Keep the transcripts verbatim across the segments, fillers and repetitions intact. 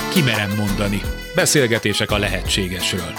Ki merem mondani. Beszélgetések a lehetségesről.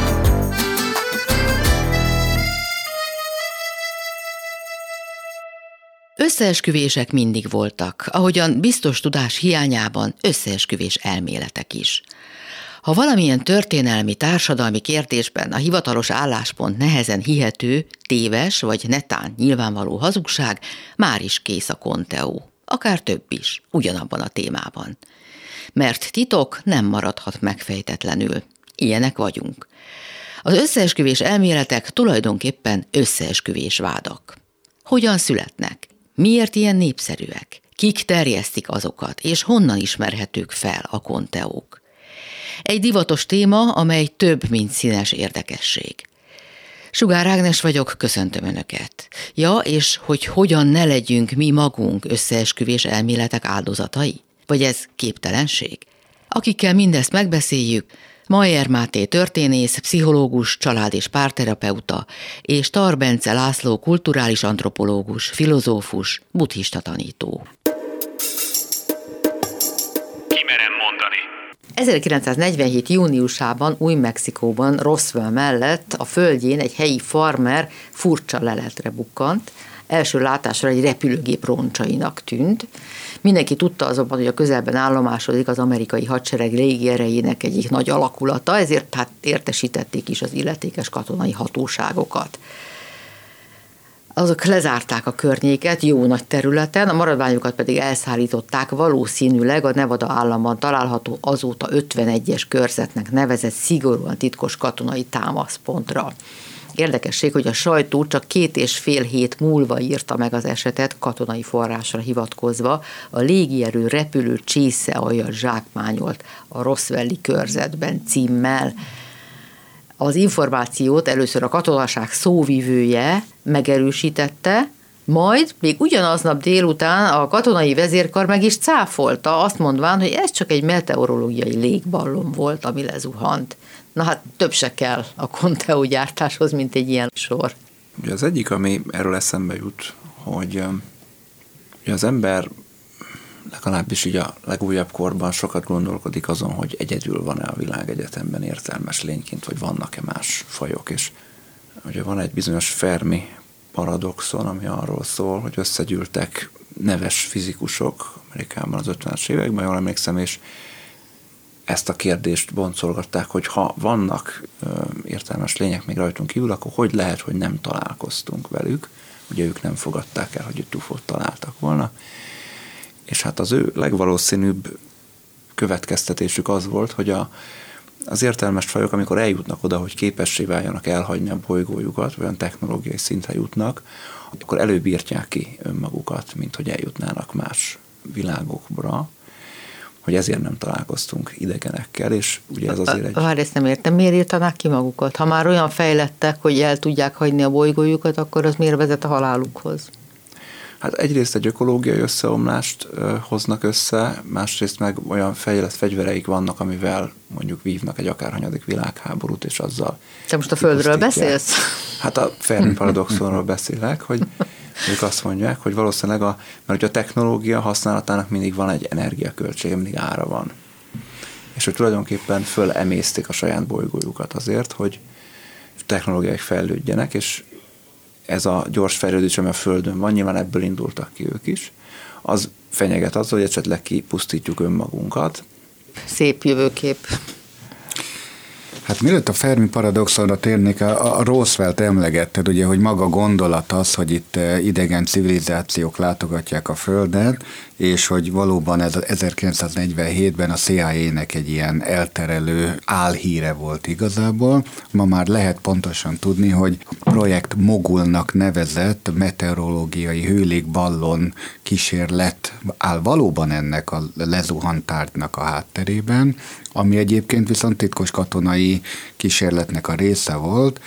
Összeesküvések mindig voltak, ahogyan biztos tudás hiányában összeesküvés elméletek is. Ha valamilyen történelmi, társadalmi kérdésben a hivatalos álláspont nehezen hihető, téves vagy netán nyilvánvaló hazugság, már is kész a konteó. Akár több is, ugyanabban a témában. Mert titok nem maradhat megfejtetlenül. Ilyenek vagyunk. Az összeesküvés elméletek tulajdonképpen összeesküvés vádak. Hogyan születnek? Miért ilyen népszerűek? Kik terjesztik azokat, és honnan ismerhetők fel a konteók? Egy divatos téma, amely több, mint színes érdekesség. Sugár Ágnes vagyok, köszöntöm Önöket. Ja, és hogy hogyan ne legyünk mi magunk összeesküvés elméletek áldozatai? Vagy ez képtelenség? Akikkel mindezt megbeszéljük, Mayer Máté történész, pszichológus, család- és párterapeuta, és Tar Bence László kulturális antropológus, filozófus, buddhista tanító. Ki merem mondani. ezerkilencszáznegyvenhét. júniusában Új-Mexikóban, Roswell mellett a földjén egy helyi farmer furcsa leletre bukkant. Első látásra egy repülőgép roncsainak tűnt. Mindenki tudta azonban, hogy a közelben állomásodik az amerikai hadsereg légierejének egyik nagy alakulata, ezért hát értesítették is az illetékes katonai hatóságokat. Azok lezárták a környéket jó nagy területen, a maradványokat pedig elszállították valószínűleg a Nevada államban található azóta ötvenegyes körzetnek nevezett szigorúan titkos katonai támaszpontra. Érdekesség, hogy a sajtó csak két és fél hét múlva írta meg az esetet katonai forrásra hivatkozva, a légierő repülő csésze alja zsákmányolt a Roswelli körzetben címmel. Az információt először a katonaság szóvivője megerősítette, majd még ugyanaznap délután a katonai vezérkar meg is cáfolta, azt mondván, hogy ez csak egy meteorológiai légballon volt, ami lezuhant. Na hát több se kell a konteó gyártáshoz, mint egy ilyen sor. Ugye az egyik, ami erről eszembe jut, hogy ugye az ember legalábbis így a legújabb korban sokat gondolkodik azon, hogy egyedül van-e a világegyetemben értelmes lényként, vagy vannak-e más fajok. És ugye van egy bizonyos Fermi paradoxon, ami arról szól, hogy összegyűltek neves fizikusok Amerikában az ötvenes években, jól emlékszem, és ezt a kérdést boncolgatták, hogy ha vannak ö, értelmes lények még rajtunk kívül, akkor hogy lehet, hogy nem találkoztunk velük. Ugye ők nem fogadták el, hogy u f o-t találtak volna. És hát az ő legvalószínűbb következtetésük az volt, hogy a, az értelmes fajok, amikor eljutnak oda, hogy képessé váljanak elhagyni a bolygójukat, vagy olyan technológiai szintre jutnak, akkor előbb írtják ki önmagukat, mint hogy eljutnának más világokra, hogy ezért nem találkoztunk idegenekkel, és ugye ez azért egy... Várj, ezt nem értem, miért írtanák ki magukat? Ha már olyan fejlettek, hogy el tudják hagyni a bolygójukat, akkor az miért vezet a halálukhoz? Hát egyrészt egy ökológiai összeomlást ö, hoznak össze, másrészt meg olyan fejlett fegyvereik vannak, amivel mondjuk vívnak egy akárhanyadik világháborút, és azzal... Te most a Földről beszélsz? Hát a Fermi paradoxonról beszélek, hogy ők azt mondják, hogy valószínűleg a, mert ugye a technológia használatának mindig van egy energiaköltsége, mindig ára van. És hogy tulajdonképpen fölemészték a saját bolygójukat azért, hogy technológiák fejlődjenek, és ez a gyors fejlődés, ami a Földön van, nyilván ebből indultak ki ők is, az fenyeget azzal, hogy esetleg kipusztítjuk önmagunkat. Szép jövőkép. Hát mielőtt a Fermi paradoxonra térnék, a, a Roswellt emlegetted, ugye, hogy maga gondolat az, hogy itt idegen civilizációk látogatják a Földet, és hogy valóban ez ezerkilencszáznegyvenhétben a C I A-nek egy ilyen elterelő álhíre volt igazából. Ma már lehet pontosan tudni, hogy projekt Mogulnak nevezett meteorológiai hőlégballon kísérlet áll valóban ennek a lezuhant tárgynak a hátterében, ami egyébként viszont titkos katonai kísérletnek a része volt.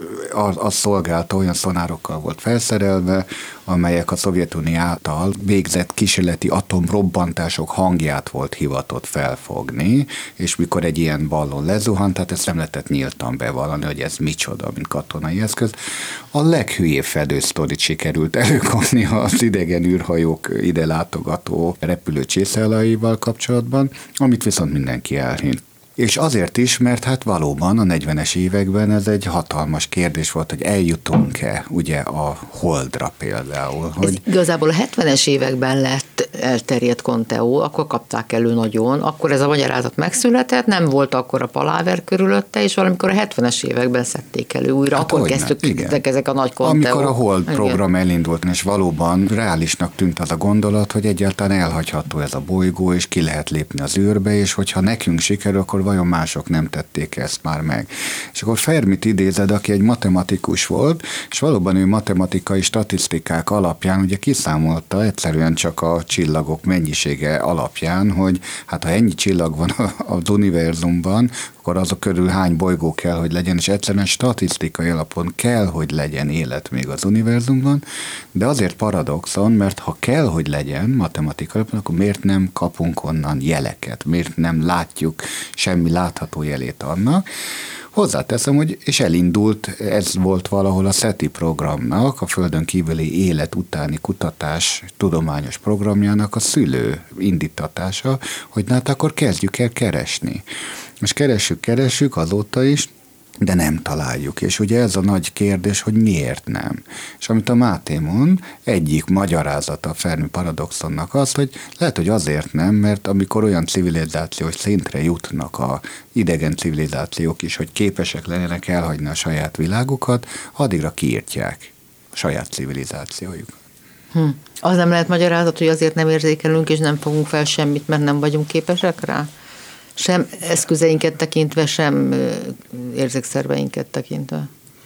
az, az szolgálta, olyan szonárokkal volt felszerelve, amelyek a Szovjetunió által végzett kísérleti atomrobbantások hangját volt hivatott felfogni, és mikor egy ilyen ballon lezuhant, tehát ezt nem lehetett nyíltan bevallani, hogy ez micsoda, mint katonai eszköz. A leghülyébb fedősztorit sikerült előkapni az idegen űrhajók ide látogató repülő csészálaival kapcsolatban, amit viszont mindenki elhint. És azért is, mert hát valóban a negyvenes években ez egy hatalmas kérdés volt, hogy eljutunk-e ugye a Holdra például. Hogy... Ez igazából a hetvenes években lett elterjedt Conteo, akkor kapták elő nagyon, akkor ez a magyarázat megszületett, nem volt akkor a paláver körülötte, és valamikor a hetvenes években szedték elő újra, hát akkor kezdtek ezek a nagy Conteo. Amikor a Hold igen. program elindult, és valóban reálisnak tűnt az a gondolat, hogy egyáltalán elhagyható ez a bolygó, és ki lehet lépni az űrbe, és hogyha nekünk sikerül, akkor vajon mások nem tették ezt már meg. És akkor Fermit idézed, aki egy matematikus volt, és valóban ő matematikai statisztikák alapján ugye kiszámolta egyszerűen csak a csillagok mennyisége alapján, hogy hát ha ennyi csillag van az univerzumban, akkor azok körül hány bolygó kell, hogy legyen, és egyszerűen statisztikai alapon kell, hogy legyen élet még az univerzumban, de azért paradoxon, mert ha kell, hogy legyen matematikai alapon, akkor miért nem kapunk onnan jeleket, miért nem látjuk semmi látható jelét annak. Hozzáteszem, hogy és elindult, ez volt valahol a SETI programnak, a Földön kívüli élet utáni kutatás tudományos programjának a szülő indítatása, hogy na hát akkor kezdjük el keresni. És keressük, keressük azóta is, de nem találjuk. És ugye ez a nagy kérdés, hogy miért nem. És amit a Máté mond, egyik magyarázata a Fermi paradoxonnak az, hogy lehet, hogy azért nem, mert amikor olyan civilizációs szintre jutnak a idegen civilizációk is, hogy képesek lennének elhagyni a saját világukat, addigra kiírtják a saját civilizációjukat. Hm. Az nem lehet magyarázat, hogy azért nem érzékelünk, és nem fogunk fel semmit, mert nem vagyunk képesek rá? Sem eszközeinket tekintve, sem érzékszerveinket tekintve.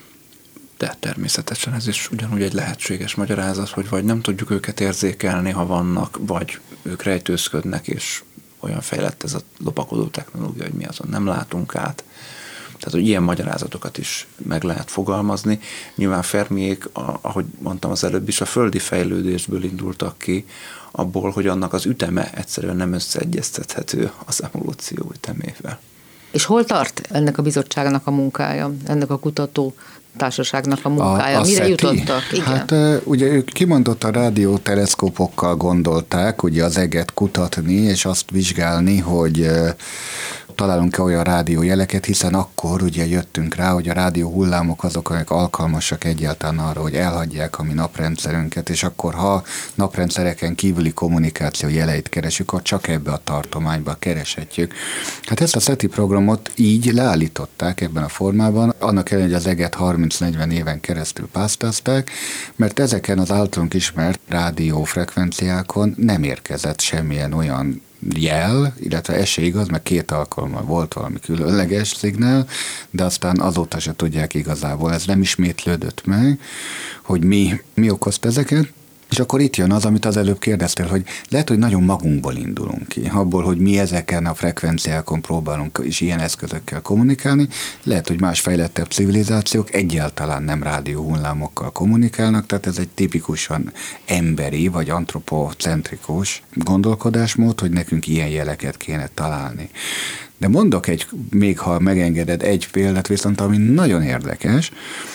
De természetesen ez is ugyanúgy egy lehetséges magyarázat, hogy vagy nem tudjuk őket érzékelni, ha vannak, vagy ők rejtőzködnek, és olyan fejlett ez a lopakodó technológia, hogy mi azon nem látunk át. Tehát, hogy ilyen magyarázatokat is meg lehet fogalmazni. Nyilván Fermiék, ahogy mondtam az előbb is, a földi fejlődésből indultak ki, abból, hogy annak az üteme egyszerűen nem összeegyeztethető az evolúció ütemével. És hol tart ennek a bizottságnak a munkája, ennek a kutató társaságnak a munkája? A, a Mire SETI? Jutottak? Igen. Hát ugye ők kimondottan rádióteleszkópokkal gondolták ugye az eget kutatni, és azt vizsgálni, hogy találunk-e olyan rádiójeleket, hiszen akkor ugye jöttünk rá, hogy a rádió hullámok azok, amik alkalmasak egyáltalán arra, hogy elhagyják a mi naprendszerünket, és akkor ha naprendszereken kívüli kommunikáció jeleit keresünk, akkor csak ebbe a tartományba kereshetjük. Hát ezt a SETI programot így leállították ebben a formában, annak ellenére, hogy az eget harminc-negyven éven keresztül pásztázták, mert ezeken az általunk ismert rádiófrekvenciákon nem érkezett semmilyen olyan jel, illetve ez se igaz, mert két alkalommal volt valami különleges szignál, de aztán azóta se tudják igazából, ez nem ismétlődött meg, hogy mi, mi okozta ezeket. És akkor itt jön az, amit az előbb kérdeztél, hogy lehet, hogy nagyon magunkból indulunk ki, abból, hogy mi ezeken a frekvenciákon próbálunk és ilyen eszközökkel kommunikálni, lehet, hogy más fejlettebb civilizációk egyáltalán nem rádióhullámokkal kommunikálnak, tehát ez egy tipikusan emberi vagy antropocentrikus gondolkodásmód, hogy nekünk ilyen jeleket kéne találni. De mondok egy, még ha megengeded, egy példát viszont, ami nagyon érdekes,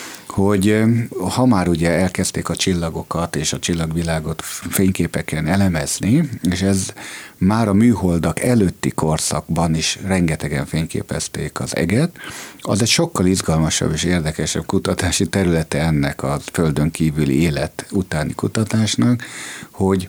hogy ha már ugye elkezdték a csillagokat és a csillagvilágot fényképeken elemezni, és ez már a műholdak előtti korszakban is rengetegen fényképezték az eget, az egy sokkal izgalmasabb és érdekesebb kutatási területe ennek a földön kívüli élet utáni kutatásnak, hogy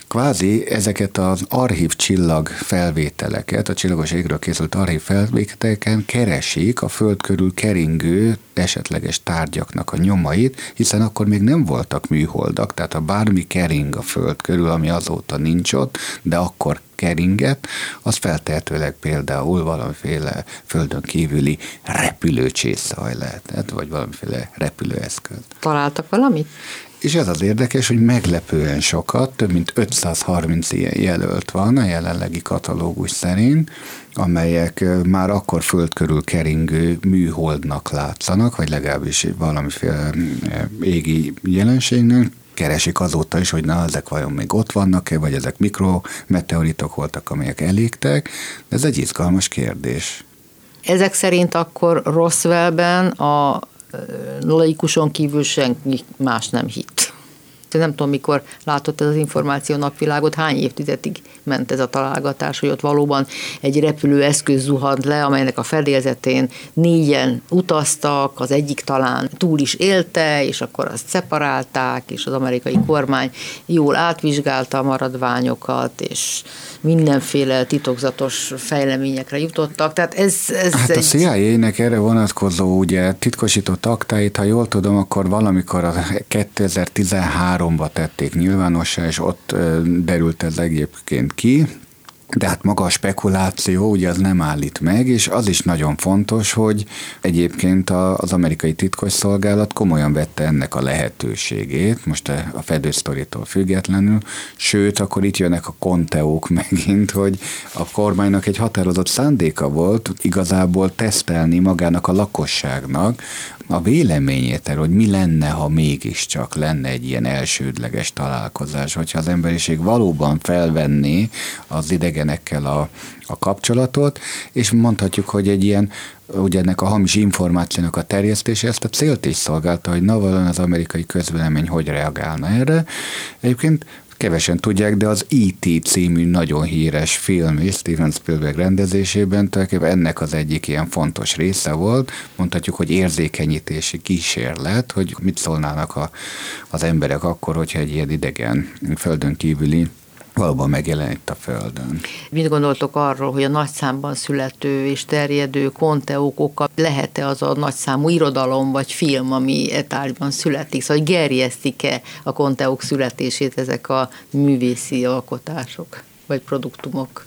kvázi ezeket az archív csillag felvételeket, a csillagos égről készült archív felvételeken keresik a föld körül keringő esetleges tárgyaknak a nyomait, hiszen akkor még nem voltak műholdak, tehát ha bármi kering a föld körül, ami azóta nincs ott, de akkor keringet, az feltehetőleg például valamiféle földön kívüli repülőcsészaj lehetett, vagy valamiféle repülőeszköz. Találtak valamit? És ez az érdekes, hogy meglepően sokat, több mint ötszázharminc ilyen jelölt van a jelenlegi katalógus szerint, amelyek már akkor föld körül keringő műholdnak látszanak, vagy legalábbis valamiféle égi jelenségnek. Keresik azóta is, hogy na, ezek vajon még ott vannak-e, vagy ezek mikrometeoritok voltak, amelyek elégtek. De ez egy izgalmas kérdés. Ezek szerint akkor Roswellben a laikuson kívül senki más nem hitt. Nem tudom, mikor látott ez az információ napvilágot, hány évtizedig ment ez a találgatás, hogy ott valóban egy repülőeszköz zuhant le, amelynek a fedélzetén négyen utaztak, az egyik talán túl is élte, és akkor azt szeparálták, és az amerikai kormány jól átvizsgálta a maradványokat, és mindenféle titokzatos fejleményekre jutottak. Tehát ez, ez hát egy... a C I A-nek erre vonatkozó ugye titkosított aktáit, ha jól tudom, akkor valamikor a kétezer-tizenháromba tették nyilvánossá, és ott derült ez egyébként ki, de hát maga a spekuláció ugye az nem állít meg, és az is nagyon fontos, hogy egyébként az amerikai titkosszolgálat komolyan vette ennek a lehetőségét, most a fedősztoritól függetlenül, sőt, akkor itt jönnek a konteók megint, hogy a kormánynak egy határozott szándéka volt igazából tesztelni magának a lakosságnak a véleményét erről, hogy mi lenne, ha mégiscsak lenne egy ilyen elsődleges találkozás, hogyha az emberiség valóban felvenné az idegenekkel a, a kapcsolatot, és mondhatjuk, hogy egy ilyen, ugye ennek a hamis információnak a terjesztése ezt a célt is szolgálta, hogy na valóan az amerikai közvélemény hogy reagálna erre. Egyébként kevesen tudják, de az E T című nagyon híres film is Steven Spielberg rendezésében tulajdonképpen ennek az egyik ilyen fontos része volt. Mondhatjuk, hogy érzékenyítési kísérlet, hogy mit szólnának a, az emberek akkor, hogyha egy ilyen idegen földön kívüli valóban megjelen itt a Földön. Mit gondoltok arról, hogy a nagyszámban születő és terjedő konteók oka lehet-e az a nagyszámú irodalom vagy film, ami e tárgyban születik? Szóval gerjesztik-e a konteók születését ezek a művészi alkotások vagy produktumok?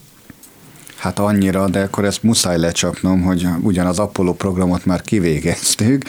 Hát annyira, de akkor ezt muszáj lecsapnom, hogy ugyan az Apollo programot már kivégeztük,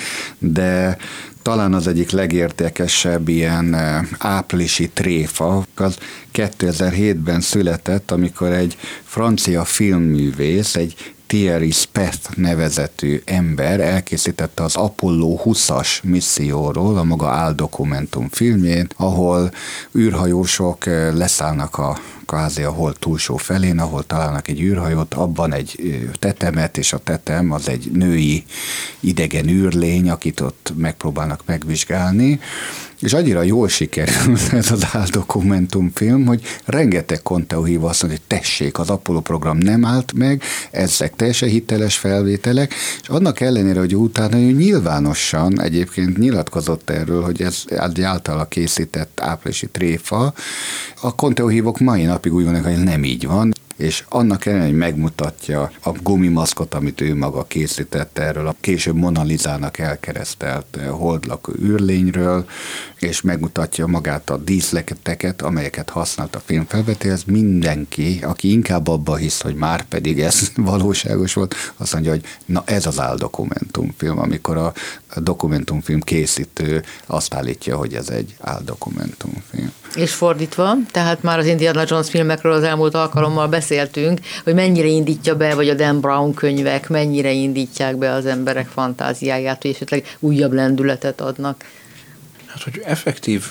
de talán az egyik legértékesebb ilyen áprilisi tréfa, az kétezer-hétben született, amikor egy francia filmművész, egy Thierry Speth nevezetű ember elkészítette az Apollo húszas misszióról a maga áldokumentum filmjét, ahol űrhajósok leszállnak a kvázi a hold túlsó felén, ahol találnak egy űrhajót, abban egy tetemet, és a tetem az egy női idegen űrlény, akit ott megpróbálnak megvizsgálni, és annyira jól sikerült ez az áldokumentumfilm, hogy rengeteg konteó hívva azt mondja, hogy tessék, az Apollo program nem állt meg, ezek teljesen hiteles felvételek, és annak ellenére, hogy utána ő nyilvánosan egyébként nyilatkozott erről, hogy ez egy általa készített áprilisi tréfa, a konteóhívók mai napig úgy vannak, hogy nem így van, és annak ellenére, hogy megmutatja a gumimaszkot, amit ő maga készített erről, a később Mona Lisának elkeresztelt holdlakó űrlényről, és megmutatja magát a díszleteket, amelyeket használt a filmfelvételhez, mindenki, aki inkább abba hisz, hogy már pedig ez valóságos volt, azt mondja, hogy na ez az áldokumentumfilm, amikor a dokumentumfilm készítő azt állítja, hogy ez egy áldokumentumfilm. És fordítva, tehát már az Indiana Jones filmekről az elmúlt alkalommal beszéltünk, hogy mennyire indítja be, vagy a Dan Brown könyvek, mennyire indítják be az emberek fantáziáját, hogy esetleg újabb lendületet adnak. Hát, hogy effektív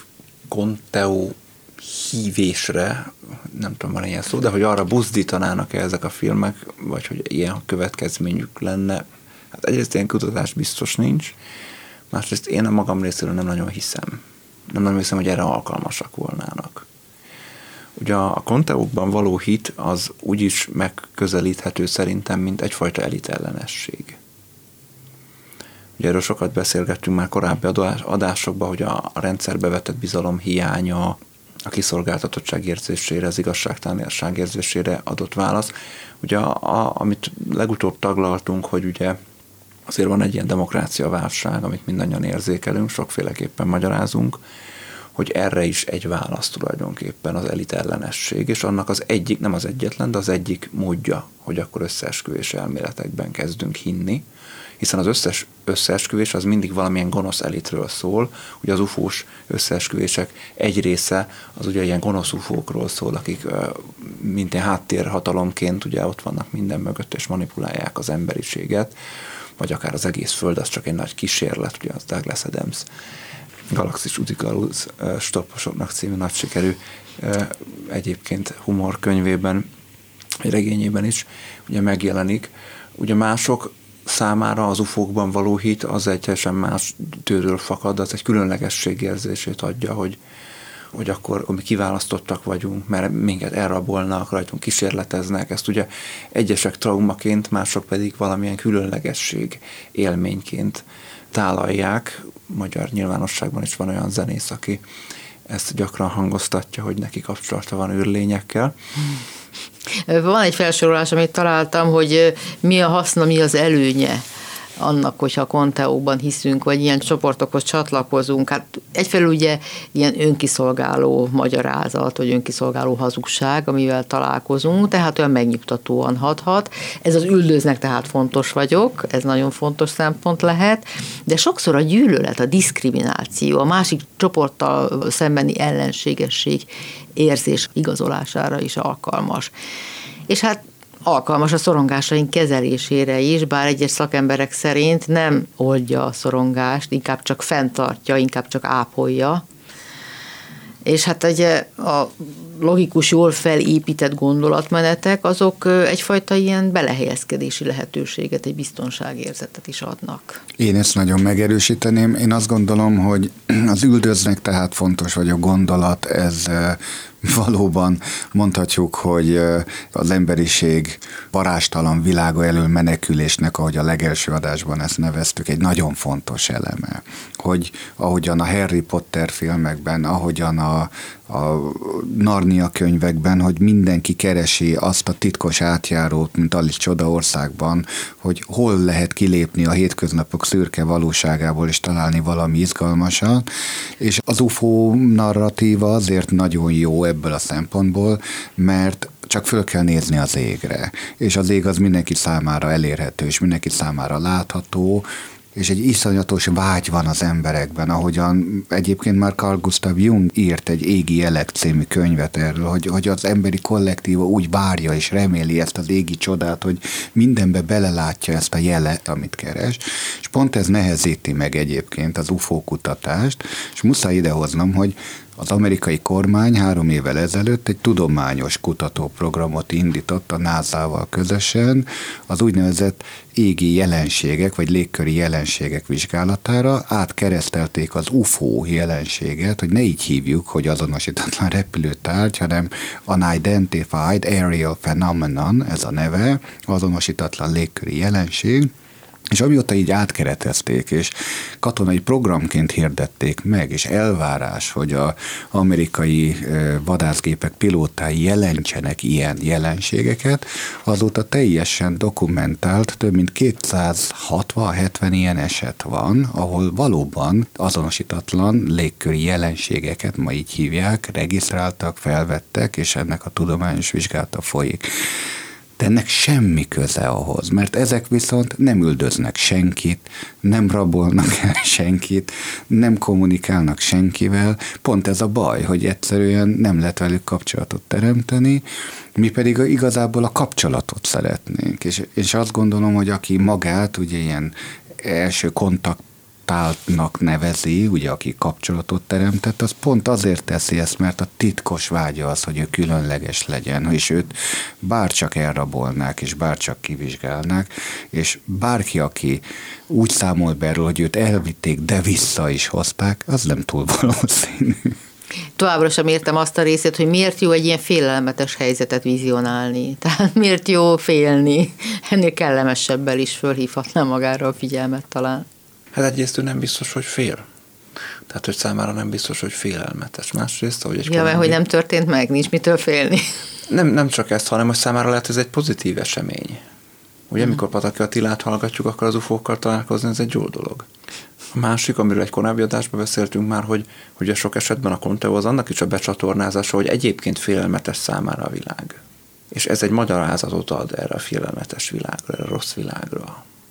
konteó hívésre, nem tudom, van ilyen szó, de hogy arra buzdítanának-e ezek a filmek, vagy hogy ilyen következményük lenne, hát egyrészt ilyen kutatás biztos nincs, másrészt én a magam részéről nem nagyon hiszem. Nem nagyon hiszem, hogy erre alkalmasak volnának. Ugye a konteókban való hit az úgyis megközelíthető szerintem, mint egyfajta elitellenesség. Ugye erről sokat beszélgettünk már korábbi adásokban, hogy a rendszerbe vetett bizalom hiánya, a kiszolgáltatottság érzésére, az igazságtalanság érzésére adott válasz. Ugye a, a, amit legutóbb taglaltunk, hogy ugye azért van egy ilyen demokrácia válság, amit mindannyian érzékelünk, sokféleképpen magyarázunk, hogy erre is egy válasz tulajdonképpen az elitellenesség, és annak az egyik, nem az egyetlen, de az egyik módja, hogy akkor összeesküvés elméletekben kezdünk hinni, hiszen az összes összeesküvés az mindig valamilyen gonosz elitről szól. Ugye az ufós összeesküvések egy része az ugye ilyen gonosz ufókról szól, akik mint egy háttérhatalomként ugye ott vannak minden mögött, és manipulálják az emberiséget, vagy akár az egész Föld, az csak egy nagy kísérlet, ugye az Douglas Adams Galaxis Uticalus stopposoknak című nagy sikerű egyébként humor könyvében, egy regényében is ugye megjelenik. Ugye mások számára az ufókban való hit az egy teljesen más tőről fakad, az egy különlegességérzését adja, hogy, hogy akkor mi kiválasztottak vagyunk, mert minket elrabolnak, rajtunk kísérleteznek, ezt ugye egyesek traumaként, mások pedig valamilyen különlegesség élményként tálalják. Magyar nyilvánosságban is van olyan zenész, aki ezt gyakran hangoztatja, hogy neki kapcsolata van űrlényekkel. Van egy felsorolás, amit találtam, hogy mi a haszna, mi az előnye annak, hogyha Konteóban hiszünk, vagy ilyen csoportokhoz csatlakozunk. Hát egyfelől ugye ilyen önkiszolgáló magyarázat, vagy önkiszolgáló hazugság, amivel találkozunk, tehát olyan megnyugtatóan hathat. Ez az üldöznek, tehát fontos vagyok, ez nagyon fontos szempont lehet, de sokszor a gyűlölet, a diszkrimináció, a másik csoporttal szembeni ellenségesség érzés igazolására is alkalmas. És hát alkalmas a szorongásaink kezelésére is, bár egyes szakemberek szerint nem oldja a szorongást, inkább csak fenntartja, inkább csak ápolja. És hát ugye a logikus, jól felépített gondolatmenetek, azok egyfajta ilyen belehelyezkedési lehetőséget, egy biztonságérzetet is adnak. Én ezt nagyon megerősíteném. Én azt gondolom, hogy az üldöznek tehát fontos, vagy a gondolat, ez valóban mondhatjuk, hogy az emberiség varástalan világa elől menekülésnek, ahogy a legelső adásban ezt neveztük, egy nagyon fontos eleme. Hogy ahogyan a Harry Potter filmekben, ahogyan a, a Narnia könyvekben, hogy mindenki keresi azt a titkos átjárót, mint Alice Csodaországban, hogy hol lehet kilépni a hétköznapok szürke valóságából és találni valami izgalmasat, és az ufó narratíva azért nagyon jó ebből a szempontból, mert csak föl kell nézni az égre, és az ég az mindenki számára elérhető, és mindenki számára látható, és egy iszonyatos vágy van az emberekben, ahogyan egyébként már Carl Gustav Jung írt egy Égi jelek című könyvet erről, hogy, hogy az emberi kollektíva úgy várja és reméli ezt az égi csodát, hogy mindenbe belelátja ezt a jelet, amit keres, és pont ez nehezíti meg egyébként az ufó kutatást, és muszáj idehoznom, hogy az amerikai kormány három évvel ezelőtt egy tudományos kutatóprogramot indított a názával közösen az úgynevezett égi jelenségek, vagy légköri jelenségek vizsgálatára. Átkeresztelték az ufó jelenséget, hogy ne így hívjuk, hogy azonosítatlan repülőtárgy, hanem Unidentified Aerial Phenomenon, ez a neve, azonosítatlan légköri jelenség. És amióta így átkeretezték, és katonai programként hirdették meg, és elvárás, hogy az amerikai vadászgépek pilótái jelentsenek ilyen jelenségeket, azóta teljesen dokumentált több mint kétszázhatvan-hetven ilyen eset van, ahol valóban azonosítatlan légköri jelenségeket, ma így hívják, regisztráltak, felvettek, és ennek a tudományos vizsgálata folyik. De ennek semmi köze ahhoz, mert ezek viszont nem üldöznek senkit, nem rabolnak el senkit, nem kommunikálnak senkivel. Pont ez a baj, hogy egyszerűen nem lehet velük kapcsolatot teremteni, mi pedig igazából a kapcsolatot szeretnénk. És, és azt gondolom, hogy aki magát ugye ilyen első kontakt táltnak nevezi, ugye, aki kapcsolatot teremtett, az pont azért teszi ezt, mert a titkos vágya az, hogy ő különleges legyen, és őt bárcsak elrabolnák, és bárcsak kivizsgálnák, és bárki, aki úgy számol be erről, hogy őt elvitték, de vissza is hozták, az nem túl valószínű. Továbbra sem értem azt a részét, hogy miért jó egy ilyen félelmetes helyzetet vizionálni. Tehát miért jó félni. Ennél kellemesebbel is fölhívhatná magára a figyelmet talán. Hát egyrészt ő nem biztos, hogy fél. Tehát, hogy számára nem biztos, hogy félelmetes. Másrészt, ahogy egy ja, mert hogy nem történt meg, nincs mitől félni. Nem, nem csak ezt, hanem hogy számára lehet, ez egy pozitív esemény. Ugye, amikor Pataki Attilát hallgatjuk, akkor az ufókkal találkozni, ez egy jó dolog. A másik, amiről egy korábbi adásban beszéltünk már, hogy, hogy a sok esetben a Conteo az annak is a becsatornázása, hogy egyébként félelmetes számára a világ. És ez egy magyarázatot ad erre a félelmetes világra, erre a rossz világra.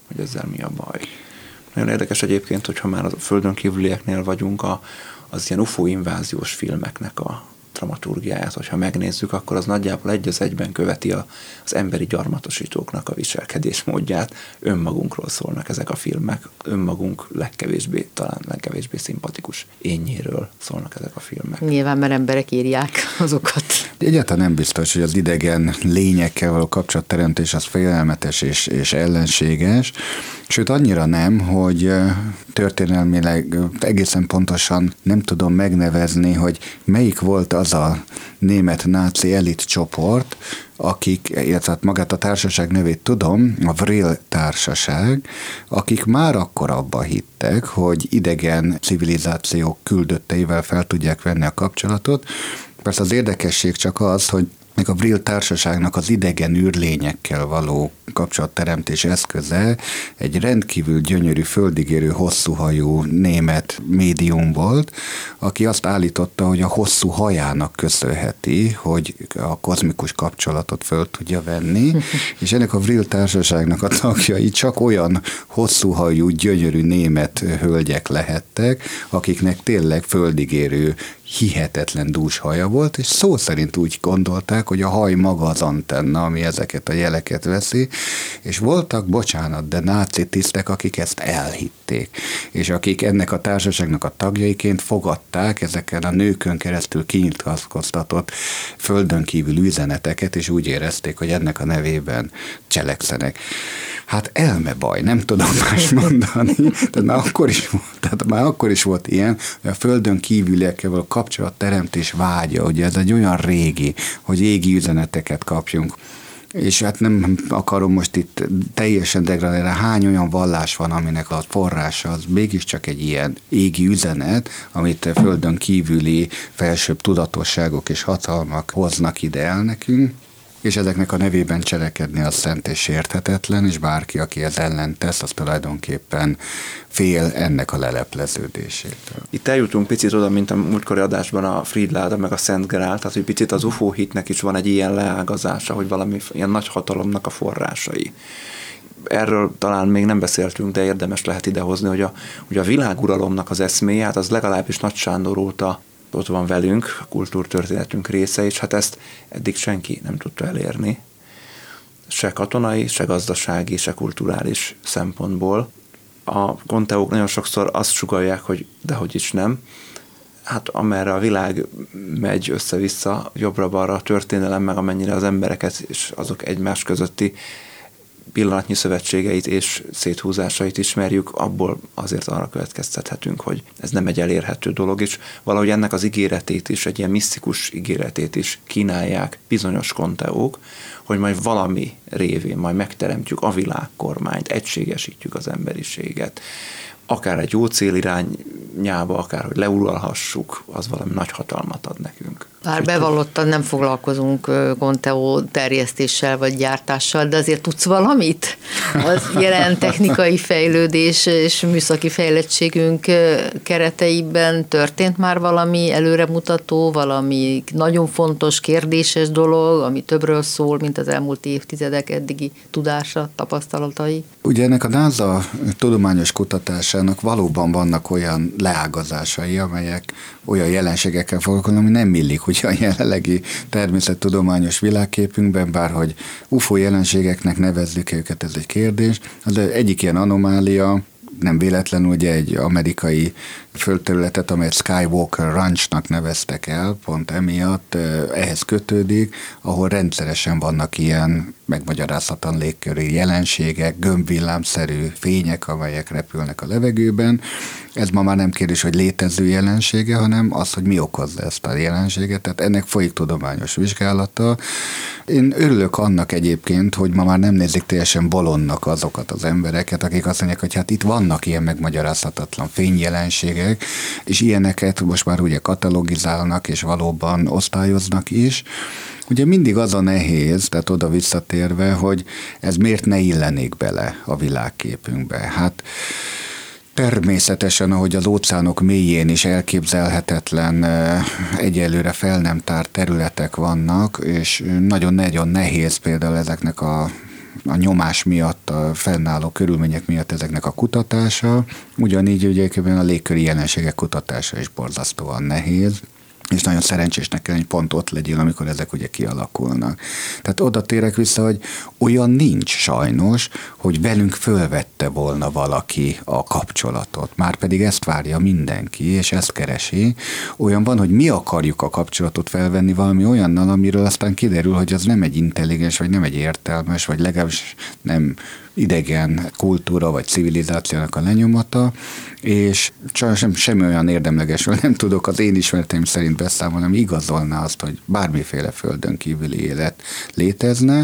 hogy ezzel mi a baj. Nagyon érdekes egyébként, hogyha már a földön kívülieknél vagyunk, a, az ilyen ufó inváziós filmeknek a dramaturgiáját, hogyha megnézzük, akkor az nagyjából egy az egyben követi a, az emberi gyarmatosítóknak a viselkedésmódját. Önmagunkról szólnak ezek a filmek, önmagunk legkevésbé, talán legkevésbé szimpatikus énjéről szólnak ezek a filmek. Nyilván, mert emberek írják azokat. Egyáltalán nem biztos, hogy az idegen lényekkel való kapcsolatteremtés az félelmetes és, és ellenséges, sőt annyira nem, hogy történelmileg egészen pontosan nem tudom megnevezni, hogy melyik volt az a német náci elit csoport, akik, illetve magát a társaság nevét tudom, a Vril társaság, akik már akkor abba hittek, hogy idegen civilizációk küldötteivel fel tudják venni a kapcsolatot. Persze az érdekesség csak az, hogy a Vril társaságnak az idegen űrlényekkel való kapcsolatteremtés eszköze egy rendkívül gyönyörű, földigérő, hosszúhajú német médium volt, aki azt állította, hogy a hosszú hajának köszönheti, hogy a kozmikus kapcsolatot föl tudja venni, és ennek a Vril társaságnak a tagjai csak olyan hosszúhajú, gyönyörű német hölgyek lehettek, akiknek tényleg földigérő, hihetetlen dús haja volt, és szó szerint úgy gondolták, hogy a haj maga az antenna, ami ezeket a jeleket veszi, és voltak, bocsánat, de náci tisztek, akik ezt elhitték, és akik ennek a társaságnak a tagjaiként fogadták ezeken a nőkön keresztül kinyilatkoztatott földön kívül üzeneteket, és úgy érezték, hogy ennek a nevében cselekszenek. Hát elme baj, nem tudom más mondani, tehát már akkor is volt, tehát már akkor is volt ilyen, hogy a földön kívüliekkel való kapcsolatteremtés vágya, ugye ez egy olyan régi, hogy égi üzeneteket kapjunk. És hát nem akarom most itt teljesen degradálni, hány olyan vallás van, aminek a forrása az mégiscsak egy ilyen égi üzenet, amit földön kívüli felsőbb tudatosságok és hatalmak hoznak ide el nekünk, és ezeknek a nevében cselekedni az szent és sérthetetlen, és bárki, aki ez ellen tesz, az tulajdonképpen fél ennek a lelepleződésétől. Itt eljutunk picit oda, mint a múltkori adásban a Fridláda meg a Szent Grál, tehát hogy picit az ufó hitnek is van egy ilyen leágazása, hogy valami ilyen nagy hatalomnak a forrásai. Erről talán még nem beszéltünk, de érdemes lehet idehozni, hogy a, hogy a világuralomnak az eszméje, hát az legalábbis Nagy Sándor óta ott van velünk, a kultúrtörténetünk része, és hát ezt eddig senki nem tudta elérni. Se katonai, se gazdasági, se kulturális szempontból. A konteók nagyon sokszor azt sugallják, hogy dehogy is nem. Hát amerre a világ megy össze-vissza, jobbra-balra a történelem, meg amennyire az embereket és azok egymás közötti pillanatnyi szövetségeit és széthúzásait ismerjük, abból azért arra következtethetünk, hogy ez nem egy elérhető dolog, és valahogy ennek az ígéretét is, egy ilyen misztikus ígéretét is kínálják bizonyos konteók, hogy majd valami révén majd megteremtjük a világkormányt, egységesítjük az emberiséget, akár egy jó cél irányába, akár hogy leuralhassuk, az valami nagy hatalmat ad nekünk. Bár bevallottan nem foglalkozunk konteó terjesztéssel vagy gyártással, de azért tudsz valamit? Az jelen technikai fejlődés és műszaki fejlettségünk kereteiben történt már valami előremutató, valami nagyon fontos, kérdéses dolog, ami többről szól, mint az elmúlt évtizedek eddigi tudása, tapasztalatai? Ugye ennek a NASA tudományos kutatásának valóban vannak olyan leágazásai, amelyek olyan jelenségekkel foglalkoznak, ami nem illik ugye a jelenlegi természettudományos világképünkben, bárhogy ufó jelenségeknek nevezzük őket, ez egy kérdés. Az egyik ilyen anomália, nem véletlenül ugye egy amerikai földterületet, amelyet Skywalker Ranchnak neveztek el, pont emiatt ehhez kötődik, ahol rendszeresen vannak ilyen megmagyarázhatatlan légköri jelenségek, gömbvillámszerű fények, amelyek repülnek a levegőben. Ez ma már nem kérdés, hogy létező jelensége, hanem az, hogy mi okozza ezt a jelenséget, tehát ennek folyik tudományos vizsgálata. Én örülök annak egyébként, hogy ma már nem nézik teljesen bolondnak azokat az embereket, akik azt mondják, hogy hát itt vannak ilyen megmagyarázhatatlan fényjelenségek, és ilyeneket most már ugye katalogizálnak, és valóban osztályoznak is. Ugye mindig az a nehéz, tehát oda visszatérve, hogy ez miért ne illenék bele a világképünkbe. Hát természetesen, ahogy az óceánok mélyén is elképzelhetetlen, egyelőre fel nem tárt területek vannak, és nagyon-nagyon nehéz például ezeknek a a nyomás miatt, a fennálló körülmények miatt ezeknek a kutatása, ugyanígy ugye a légköri jelenségek kutatása is borzasztóan nehéz, és nagyon szerencsésnek kell, hogy pont ott legyél, amikor ezek ugye kialakulnak. Tehát oda térek vissza, hogy olyan nincs sajnos, hogy velünk fölvette volna valaki a kapcsolatot. Márpedig ezt várja mindenki, és ezt keresi. Olyan van, hogy mi akarjuk a kapcsolatot felvenni valami olyannal, amiről aztán kiderül, hogy az nem egy intelligens, vagy nem egy értelmes, vagy legalábbis nem idegen kultúra vagy civilizációnak a lenyomata, és sem, semmi olyan érdemlegesről nem tudok az én ismereteim szerint beszámolni, ami igazolná azt, hogy bármiféle földön kívüli élet létezne,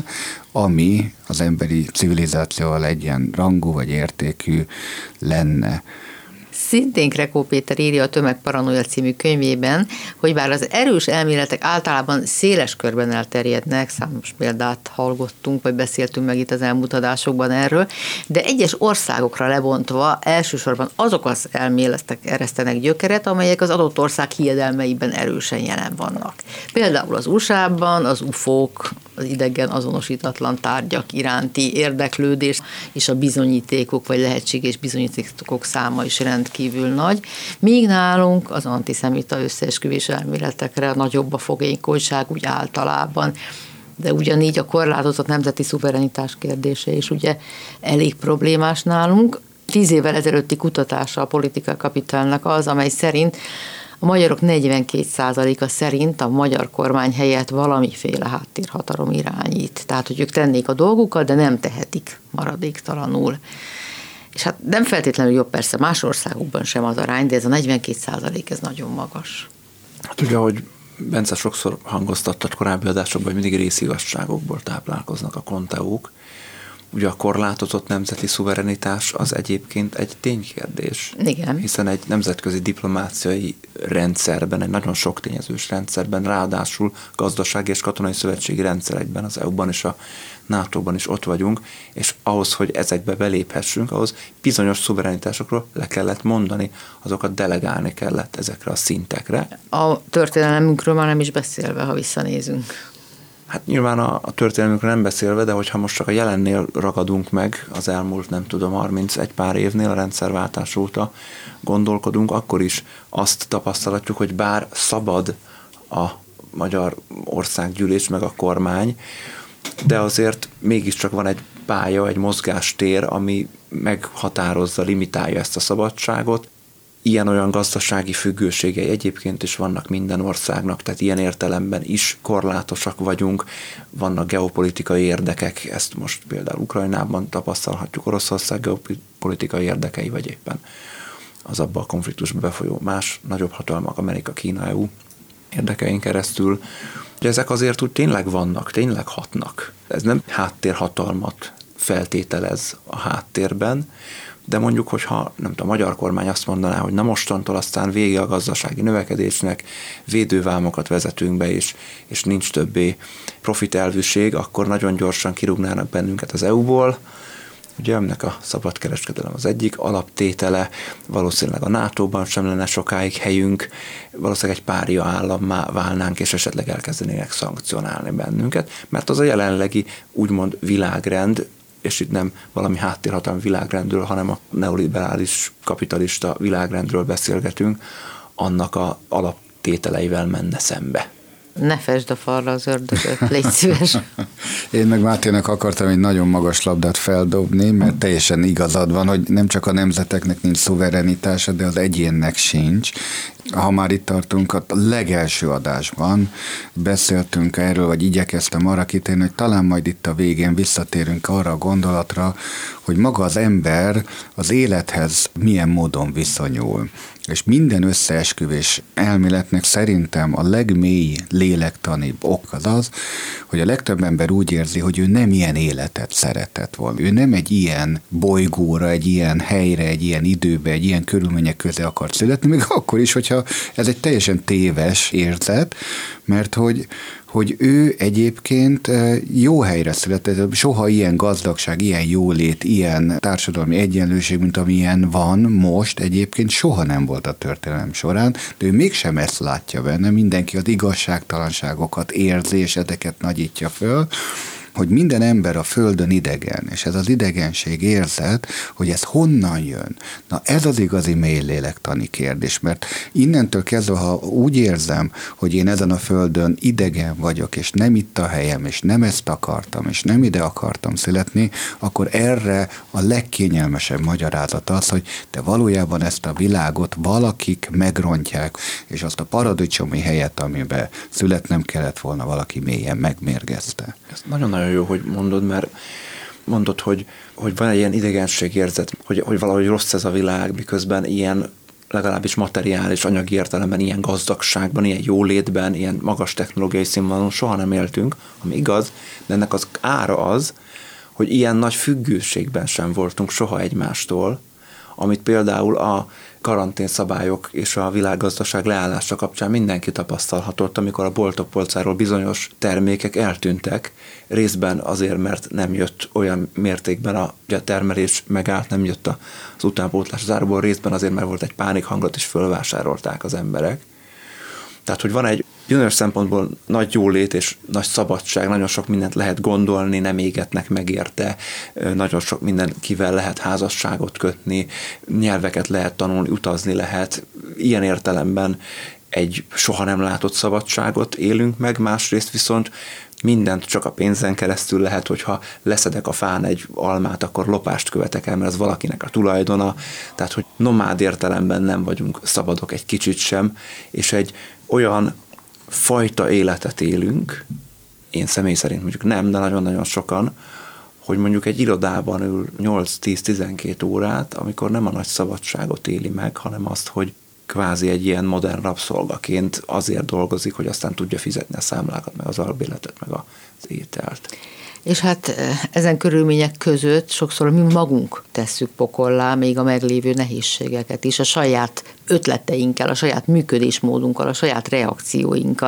ami az emberi civilizációval egy ilyen rangú vagy értékű lenne. Szintén Krekó Péter írja a Tömegparanoia című könyvében, hogy bár az erős elméletek általában széles körben elterjednek, számos példát hallottunk, vagy beszéltünk meg itt az elmúlt adásokban erről, de egyes országokra lebontva elsősorban azok az elméletek eresztenek gyökeret, amelyek az adott ország hiedelmeiben erősen jelen vannak. Például az u es á-ban az ufók, az idegen azonosítatlan tárgyak iránti érdeklődés és a bizonyítékok vagy lehetséges bizonyítékok száma is rendkívül nagy, míg nálunk az antiszemita összeesküvés elméletekre nagyobb a fogékonyság úgy általában, de ugyanígy a korlátozott nemzeti szuverenitás kérdése is ugye elég problémás nálunk. Tíz évvel ezelőtti kutatása a Political Capitalnak az, amely szerint a magyarok negyvenkét százaléka szerint a magyar kormány helyett valamiféle háttérhatalom irányít. Tehát, hogy ők tennék a dolgukat, de nem tehetik maradéktalanul. És hát nem feltétlenül jobb persze más országokban sem az arány, de ez a negyvenkét százalék ez nagyon magas. Hát ugye, ahogy Bence sokszor hangoztattad korábbi adásokban, hogy mindig részigazságokból táplálkoznak a konteók. Ugye a korlátozott nemzeti szuverenitás az egyébként egy ténykérdés. Igen. Hiszen egy nemzetközi diplomáciai rendszerben, egy nagyon sok tényezős rendszerben, ráadásul gazdasági és katonai szövetségi rendszerekben, az é u-ban és a nátóban is ott vagyunk, és ahhoz, hogy ezekbe beléphessünk, ahhoz bizonyos szuverenitásokról le kellett mondani, azokat delegálni kellett ezekre a szintekre. A történelemünkről már nem is beszélve, ha visszanézünk. Hát nyilván a, a történelmünkről nem beszélve, de hogyha most csak a jelennél ragadunk meg, az elmúlt nem tudom, harmincegy pár évnél a rendszerváltás óta gondolkodunk, akkor is azt tapasztalatjuk, hogy bár szabad a Magyar Országgyűlés meg a kormány, de azért mégiscsak van egy pálya, egy mozgástér, ami meghatározza, limitálja ezt a szabadságot. Ilyen-olyan gazdasági függőségei egyébként is vannak minden országnak, tehát ilyen értelemben is korlátosak vagyunk, vannak geopolitikai érdekek, ezt most például Ukrajnában tapasztalhatjuk, Oroszország geopolitikai érdekei, vagy éppen az abban a konfliktusban befolyó más nagyobb hatalmak, Amerika, Kína, é u érdekein keresztül. Ugye ezek azért úgy tényleg vannak, tényleg hatnak. Ez nem háttérhatalmat feltételez a háttérben, de mondjuk, hogyha nem tudom, a magyar kormány azt mondaná, hogy na mostantól aztán vége a gazdasági növekedésnek, védővámokat vezetünk be, és, és nincs többé profitelvűség, akkor nagyon gyorsan kirúgnának bennünket az é u-ból. Ugye ennek a szabadkereskedelem az egyik alaptétele, valószínűleg a nátóban sem lenne sokáig helyünk, valószínűleg egy párja állammá válnánk, és esetleg elkezdenének szankcionálni bennünket, mert az a jelenlegi úgymond világrend, és itt nem valami háttérhatalmi világrendről, hanem a neoliberális kapitalista világrendről beszélgetünk, annak a alaptételeivel menne szembe. Ne fesd a falra az ördögöt, légy szíves. Én meg Máténak akartam egy nagyon magas labdát feldobni, mert teljesen igazad van, hogy nem csak a nemzeteknek nincs szuverenitása, de az egyénnek sincs. Ha már itt tartunk, a legelső adásban beszéltünk erről, vagy igyekeztem arra kitérni, hogy talán majd itt a végén visszatérünk arra a gondolatra, hogy maga az ember az élethez milyen módon viszonyul. És minden összeesküvés elméletnek szerintem a legmély lélektanibb ok az az, hogy a legtöbb ember úgy érzi, hogy ő nem ilyen életet szeretett volna. Ő nem egy ilyen bolygóra, egy ilyen helyre, egy ilyen időbe, egy ilyen körülmények közé akart születni, még akkor is, hogyha ez egy teljesen téves érzet, mert hogy hogy ő egyébként jó helyre született, soha ilyen gazdagság, ilyen jólét, ilyen társadalmi egyenlőség, mint amilyen van most, egyébként soha nem volt a történelem során, de ő mégsem ezt látja benne, mindenki az igazságtalanságokat érzi, és ezeket nagyítja föl, hogy minden ember a Földön idegen, és ez az idegenség érzet, hogy ez honnan jön. Na ez az igazi mély lélektani kérdés, mert innentől kezdve, ha úgy érzem, hogy én ezen a Földön idegen vagyok, és nem itt a helyem, és nem ezt akartam, és nem ide akartam születni, akkor erre a legkényelmesebb magyarázat az, hogy de valójában ezt a világot valakik megrontják, és azt a paradicsomi helyet, amiben születnem kellett volna, valaki mélyen megmérgezte. Ez nagyon-nagyon jó, hogy mondod, mert mondod, hogy, hogy van egy ilyen idegenségérzet, hogy, hogy valahogy rossz ez a világ, miközben ilyen legalábbis materiális, anyagi értelemben ilyen gazdagságban, ilyen jólétben, ilyen magas technológiai színvonalon soha nem éltünk, ami igaz, de ennek az ára az, hogy ilyen nagy függőségben sem voltunk soha egymástól, amit például a karanténszabályok és a világgazdaság leállása kapcsán mindenki tapasztalhatott, amikor a boltok polcáról bizonyos termékek eltűntek, részben azért, mert nem jött olyan mértékben a, a termelés megállt, nem jött az utánpótlás az áruból, részben azért, mert volt egy pánikhangulat, és fölvásárolták az emberek. Tehát, hogy van egy bizonyos szempontból nagy jólét és nagy szabadság, nagyon sok mindent lehet gondolni, nem égetnek meg érte, nagyon sok mindenkivel lehet házasságot kötni, nyelveket lehet tanulni, utazni lehet. Ilyen értelemben egy soha nem látott szabadságot élünk meg, másrészt viszont mindent csak a pénzen keresztül lehet, hogyha leszedek a fán egy almát, akkor lopást követek el, mert ez valakinek a tulajdona. Tehát, hogy nomád értelemben nem vagyunk szabadok egy kicsit sem, és egy olyan fajta életet élünk, én személy szerint mondjuk nem, de nagyon-nagyon sokan, hogy mondjuk egy irodában ül nyolc-tíz-tizenkét órát, amikor nem a nagy szabadságot éli meg, hanem azt, hogy kvázi egy ilyen modern rabszolgaként azért dolgozik, hogy aztán tudja fizetni a számlákat, meg az albérletet, meg az ételt. És hát ezen körülmények között sokszor mi magunk tesszük pokollá még a meglévő nehézségeket is, a saját ötleteinkkel, a saját működésmódunkkal, a saját reakcióinkkal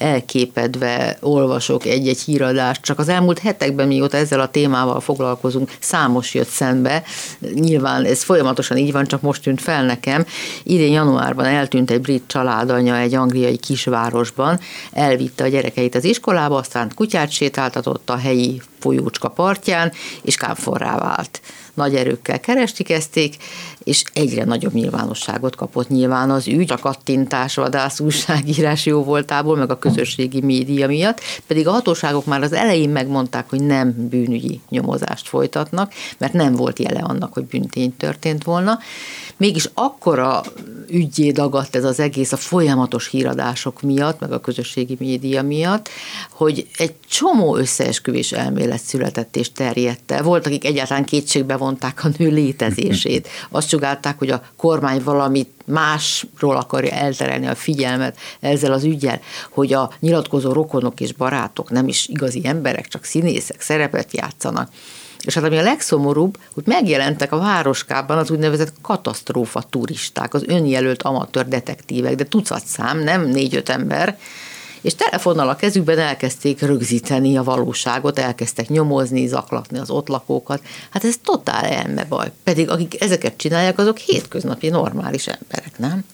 elképedve olvasok egy-egy híradást. Csak az elmúlt hetekben, mióta ezzel a témával foglalkozunk, számos jött szembe. Nyilván ez folyamatosan így van, csak most tűnt fel nekem. Idén januárban eltűnt egy brit családanya egy angliai kisvárosban, elvitte a gyerekeit az iskolába, aztán kutyát sétáltatott a helyi folyócska partján, és kámforrá vált. Nagy erőkkel kerestikeszték, és egyre nagyobb nyilvánosságot kapott nyilván az ügy, a kattintás, vadász, újságírás jó voltából, meg a közösségi média miatt, pedig a hatóságok már az elején megmondták, hogy nem bűnügyi nyomozást folytatnak, mert nem volt jele annak, hogy bűntény történt volna. Mégis akkora üggyé dagadt ez az egész a folyamatos híradások miatt, meg a közösségi média miatt, hogy egy csomó összeesküvés elmélet született és terjedt el. Volt, akik egyáltalán kétségbe vonták a nő létezését. Azt sugálták, hogy a kormány valamit másról akarja elterelni a figyelmet ezzel az üggyel, hogy a nyilatkozó rokonok és barátok nem is igazi emberek, csak színészek, szerepet játszanak. És hát ami a legszomorúbb, hogy megjelentek a városkában az úgynevezett katasztrófa turisták, az önjelölt amatőr detektívek, de tucatszám, nem négy-öt ember, és telefonnal a kezükben elkezdték rögzíteni a valóságot, elkezdtek nyomozni, zaklatni az ott lakókat. Hát ez totál elmebaj. Pedig akik ezeket csinálják, azok hétköznapi normális emberek, nem?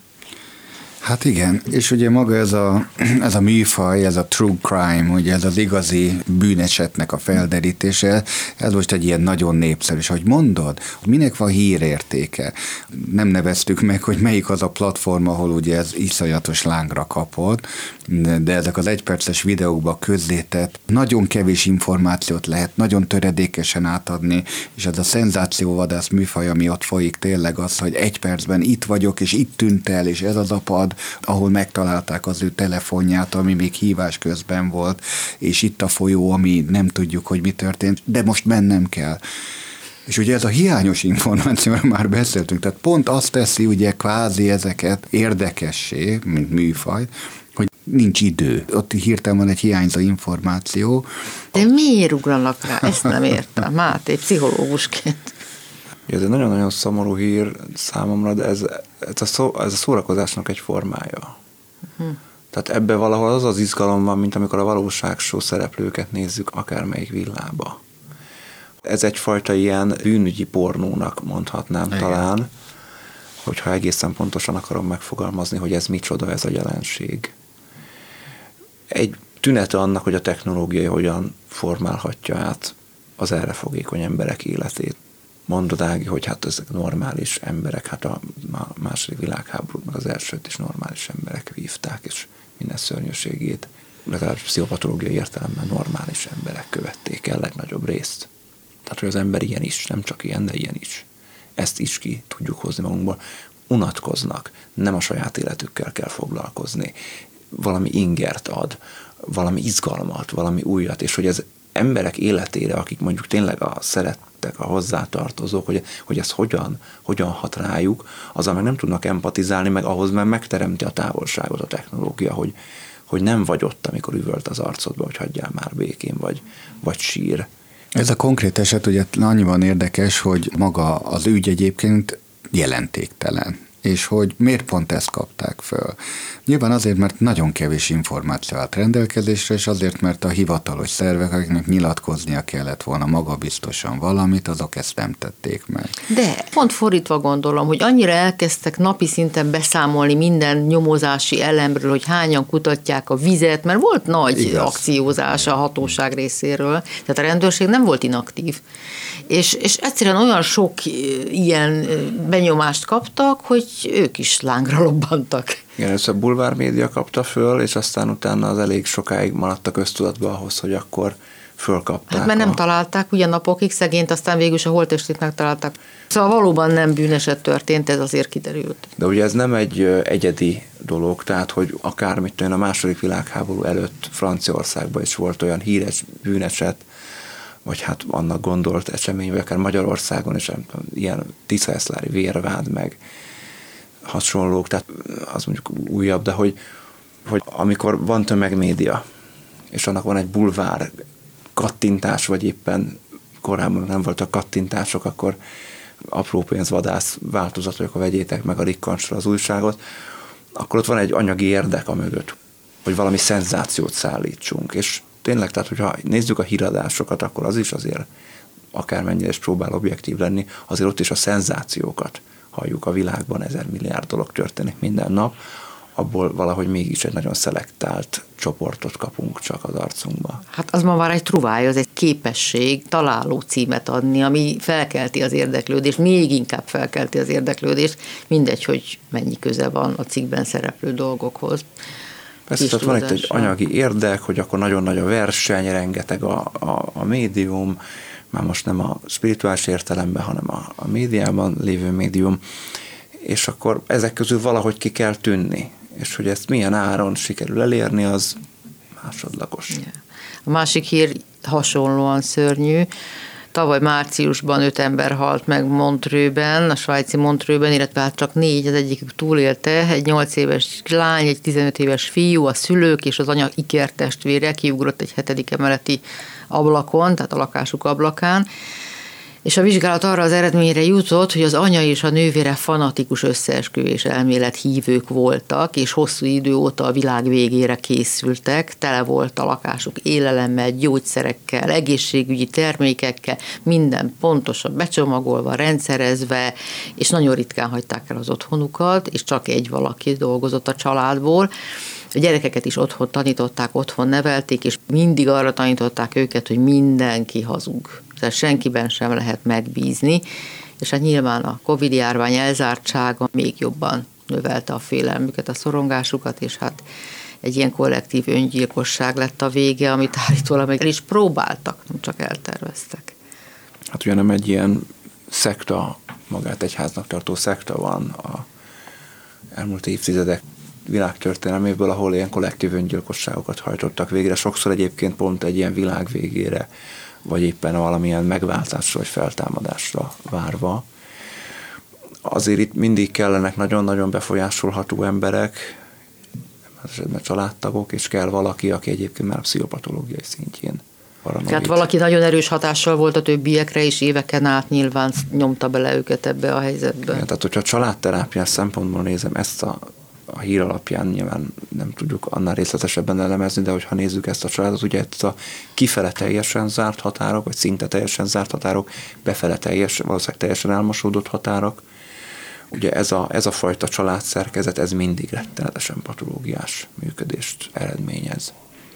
Hát igen, és ugye maga ez a, ez a műfaj, ez a true crime, ugye ez az igazi bűnesetnek a felderítése, ez most egy ilyen nagyon népszerű, és ahogy mondod, hogy minek van hírértéke. Nem neveztük meg, hogy melyik az a platform, ahol ugye ez iszonyatos lángra kapott, de ezek az egyperces videókba közzétett, nagyon kevés információt lehet, nagyon töredékesen átadni, és ez a szenzációvadász műfaj, ami ott folyik, tényleg az, hogy egy percben itt vagyok, és itt tűnt el, és ez az a pad, ahol megtalálták az ő telefonját, ami még hívás közben volt, és itt a folyó, ami nem tudjuk, hogy mi történt, de most mennem kell. És ugye ez a hiányos információról már beszéltünk, tehát pont azt teszi ugye kvázi ezeket érdekessé, mint műfaj, hogy nincs idő. Ott hirtelen van egy hiányzó információ. De miért ugranak rá? Ezt nem értem. Máté, pszichológusként. Ez egy nagyon-nagyon szomorú hír számomra, de ez, ez, a, szó, ez a szórakozásnak egy formája. Uh-huh. Tehát ebbe valahol az az izgalom van, mint amikor a valóságshow szereplőket nézzük akármelyik villába. Ez egyfajta ilyen bűnügyi pornónak mondhatnám. Igen. Talán, hogyha egészen pontosan akarom megfogalmazni, hogy ez micsoda ez a jelenség. Egy tünete annak, hogy a technológia hogyan formálhatja át az erre fogékony emberek életét. Mondod, Ági, hogy hát ezek normális emberek, hát a második világháborút, meg az elsőt is normális emberek vívták, és minden szörnyűségét, legalábbis pszichopatológiai értelemben normális emberek követték el legnagyobb részt. Tehát, hogy az ember ilyen is, nem csak ilyen, de ilyen is. Ezt is ki tudjuk hozni magunkból. Unatkoznak, nem a saját életükkel kell foglalkozni. Valami ingert ad, valami izgalmat, valami újat, és hogy ez emberek életére, akik mondjuk tényleg a szerettek, a hozzátartozók, hogy, hogy ez hogyan, hogyan hat rájuk, azzal meg nem tudnak empatizálni, meg ahhoz már megteremti a távolságot a technológia, hogy, hogy nem vagy ott, amikor üvölt az arcodba, hogy hagyjál már békén, vagy, vagy sír. Ez a konkrét eset ugye annyiban érdekes, hogy maga az ügy egyébként jelentéktelen, és hogy miért pont ezt kapták föl. Nyilván azért, mert nagyon kevés információ állt rendelkezésre, és azért, mert a hivatalos szervek, akiknek nyilatkoznia kellett volna magabiztosan valamit, azok ezt nem tették meg. De pont fordítva gondolom, hogy annyira elkezdtek napi szinten beszámolni minden nyomozási elemről, hogy hányan kutatják a vizet, mert volt nagy Igaz. akciózás a hatóság részéről, tehát a rendőrség nem volt inaktív. És, és egyszerűen olyan sok ilyen benyomást kaptak, hogy ők is lángra lobbantak. Igen, először a bulvár média kapta föl, és aztán utána az elég sokáig maradtak köztudatba ahhoz, hogy akkor fölkapták. Hát mert nem a... találták ugye napokig szegényt, aztán végül is a holttestét megtalálták. Szóval valóban nem bűneset történt, ez azért kiderült. De ugye ez nem egy egyedi dolog, tehát hogy akármit a második világháború előtt Franciaországban is volt olyan híres bűneset, vagy hát annak gondolt esemény, vagy akár Magyarországon is ilyen tiszaeszlári vérvád, meg hasonlók, tehát az mondjuk újabb, de hogy, hogy amikor van tömegmédia, és annak van egy bulvár kattintás, vagy éppen korábban nem voltak kattintások, akkor apró pénzvadász változatok, ha vegyétek meg a rikkancsra az újságot, akkor ott van egy anyagi érdek a mögött, hogy valami szenzációt szállítsunk, és tényleg, tehát hogyha nézzük a híradásokat, akkor az is azért, akármennyire is próbál objektív lenni, azért ott is a szenzációkat halljuk a világban, ezer milliárd dolog történik minden nap, abból valahogy mégis egy nagyon szelektált csoportot kapunk csak az arcunkba. Hát az ma már egy truváj, az egy képesség találó címet adni, ami felkelti az érdeklődést, még inkább felkelti az érdeklődést, mindegy, hogy mennyi köze van a cikkben szereplő dolgokhoz. Persze, tehát van itt egy anyagi érdek, hogy akkor nagyon nagy a verseny, rengeteg a, a, a médium, már most nem a spirituális értelemben, hanem a, a médiában lévő médium, és akkor ezek közül valahogy ki kell tűnni, és hogy ezt milyen áron sikerül elérni, az másodlagos. Yeah. A másik hír hasonlóan szörnyű. Tavaly márciusban öt ember halt meg Montreuxben, a svájci Montreuxben, illetve hát csak négy, az egyikük túlélte, egy nyolc éves lány, egy tizenöt éves fiú, a szülők és az anya ikertestvére kiugrott egy hetedik emeleti ablakon, tehát a lakásuk ablakán, és a vizsgálat arra az eredményre jutott, hogy az anya és a nővére fanatikus összeesküvés elmélet hívők voltak, és hosszú idő óta a világ végére készültek, tele volt a lakásuk élelemmel, gyógyszerekkel, egészségügyi termékekkel, minden pontosan becsomagolva, rendszerezve, és nagyon ritkán hagyták el az otthonukat, és csak egy valaki dolgozott a családból. A gyerekeket is otthon tanították, otthon nevelték, és mindig arra tanították őket, hogy mindenki hazug. Tehát senkiben sem lehet megbízni, és hát nyilván a Covid-járvány elzártsága még jobban növelte a félelmüket, a szorongásukat, és hát egy ilyen kollektív öngyilkosság lett a vége, amit állítólag meg el is próbáltak, nem csak elterveztek. Hát ugye nem egy ilyen szekta, magát egyháznak tartó szekta van a elmúlt évtizedek világtörténelméből, ahol ilyen kollektív öngyilkosságokat hajtottak végre. Sokszor egyébként pont egy ilyen világ végére, vagy éppen valamilyen megváltásra, vagy feltámadásra várva. Azért itt mindig kellenek nagyon-nagyon befolyásolható emberek, esetben családtagok, és kell valaki, aki egyébként már a pszichopatológiai szintjén paranoid. Tehát valaki nagyon erős hatással volt a többiekre, és éveken át nyilván nyomta bele őket ebbe a helyzetbe. Igen, tehát hogyha családterápiás szempontból nézem ezt a a hír alapján nyilván nem tudjuk annál részletesebben elemezni, de hogyha nézzük ezt a családot, ugye ezt a kifele teljesen zárt határok, vagy szinte teljesen zárt határok, befele teljesen, valószínűleg teljesen elmosódott határok. Ugye ez a, ez a fajta családszerkezet, ez mindig rettenetesen patológiás működést eredményez.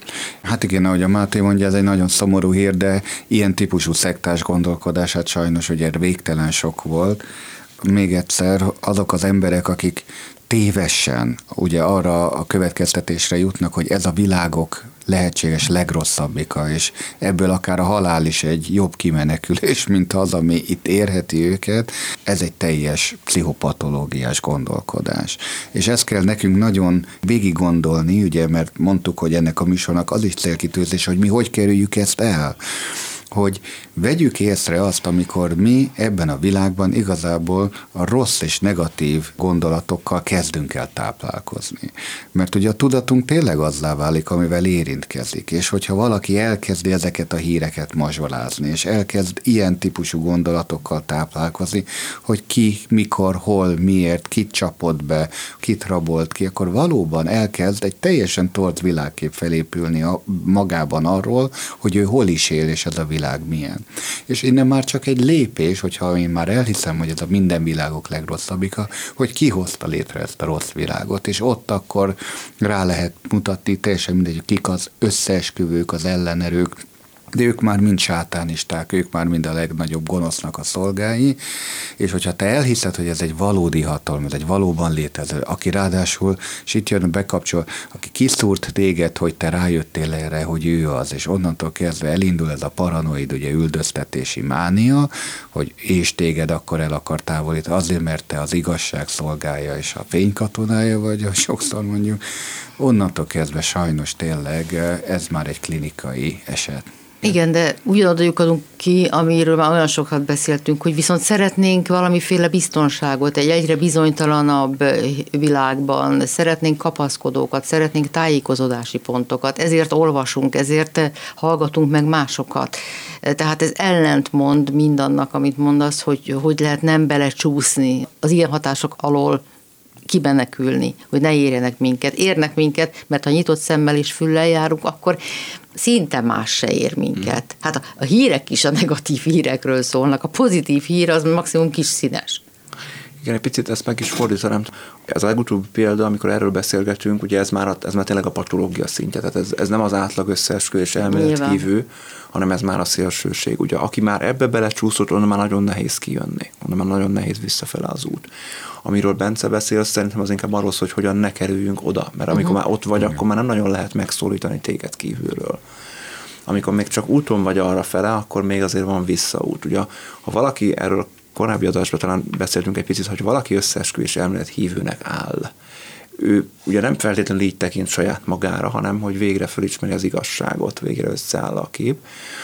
Hát igen, ahogy a Máté mondja, ez egy nagyon szomorú hír, de ilyen típusú szektás gondolkodás, hát sajnos ugye végtelen sok volt. Még egyszer, azok az emberek, akik tévesen ugye arra a következtetésre jutnak, hogy ez a világok lehetséges legrosszabbika, és ebből akár a halál is egy jobb kimenekülés, mint az, ami itt érheti őket. Ez egy teljes pszichopatológiás gondolkodás. És ezt kell nekünk nagyon végig gondolni, ugye, mert mondtuk, hogy ennek a műsornak az is célkitűzés, hogy mi hogy kerüljük ezt el. Hogy vegyük észre azt, amikor mi ebben a világban igazából a rossz és negatív gondolatokkal kezdünk el táplálkozni. Mert ugye a tudatunk tényleg azzá válik, amivel érintkezik, és hogyha valaki elkezdi ezeket a híreket mazsolázni, és elkezd ilyen típusú gondolatokkal táplálkozni, hogy ki, mikor, hol, miért, kit csapott be, kit rabolt ki, akkor valóban elkezd egy teljesen torz világkép felépülni a, magában arról, hogy ő hol is él, és ez a világ milyen. És innen már csak egy lépés, hogyha én már elhiszem, hogy ez a minden világok legrosszabbika, hogy ki hozta létre ezt a rossz világot, és ott akkor rá lehet mutatni, teljesen mindegy, hogy kik az összeesküvők, az ellenerők, de ők már mind sátánisták, ők már mind a legnagyobb gonosznak a szolgái, és hogyha te elhiszed, hogy ez egy valódi hatalom, ez egy valóban létező, aki ráadásul, és itt jön, bekapcsol, aki kiszúrt téged, hogy te rájöttél erre, hogy ő az, és onnantól kezdve elindul ez a paranoid, ugye üldöztetési mánia, hogy és téged akkor el akar távolítani, azért, mert te az igazság szolgája és a fénykatonája vagy, sokszor mondjuk, onnantól kezdve sajnos tényleg ez már egy klinikai eset. Igen, de ugyanoda lyukadunk ki, amiről már olyan sokat beszéltünk, hogy viszont szeretnénk valamiféle biztonságot, egy egyre bizonytalanabb világban, szeretnénk kapaszkodókat, szeretnénk tájékozódási pontokat, ezért olvasunk, ezért hallgatunk meg másokat. Tehát ez ellentmond mindannak, amit mondasz, hogy hogy lehet nem belecsúszni az ilyen hatások alól, kimenekülni, hogy ne érjenek minket. Érnek minket, mert ha nyitott szemmel és füllel járunk, akkor szinte más se ér minket. Hát a, a hírek is a negatív hírekről szólnak, a pozitív hír az maximum kis színes. Igen, egy picit ezt meg is fordítanám. Ez a legutóbbi példa, amikor erről beszélgetünk, ugye ez már, ez már tényleg a patológia szintje, tehát ez, ez nem az átlag összeesküvés elméletkívül, hanem ez már a szélsőség. Ugye, aki már ebbe belecsúszott, onnan már nagyon nehéz kijönni, onnan már nagyon nehéz visszafele az út. Amiről Bence beszél, szerintem az inkább arról, hogy hogyan ne kerüljünk oda, mert amikor uh-huh. már ott vagy, akkor már nem nagyon lehet megszólítani téged kívülről. Amikor még csak úton vagy arra fele, akkor még azért van visszaút. Ugye, ha valaki erről korábbi adásban talán beszéltünk egy picit, hogy valaki összeesküvés elmélet hívőnek áll. Ő ugye nem feltétlenül így tekint saját magára, hanem hogy végre felismeri az igazságot, végre összeáll a kép.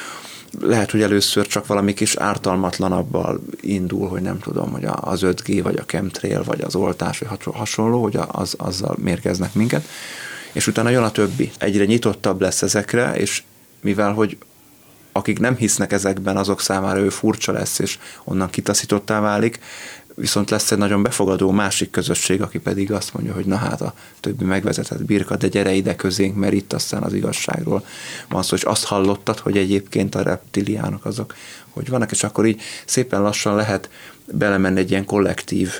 Lehet, hogy először csak valami kis ártalmatlanabbal indul, hogy nem tudom, hogy az öt G, vagy a chemtrail, vagy az oltás, vagy hasonló, hogy az, azzal mérgeznek minket. És utána jön a többi. Egyre nyitottabb lesz ezekre, és mivel, hogy akik nem hisznek ezekben, azok számára ő furcsa lesz, és onnan kitaszítottá válik, viszont lesz egy nagyon befogadó másik közösség, aki pedig azt mondja, hogy na hát a többi megvezetett birka, de gyere ide közénk, mert itt aztán az igazságról van szó, és azt hallottad, hogy egyébként a reptiliánok azok, hogy vannak, és akkor így szépen lassan lehet belemenni egy ilyen kollektív,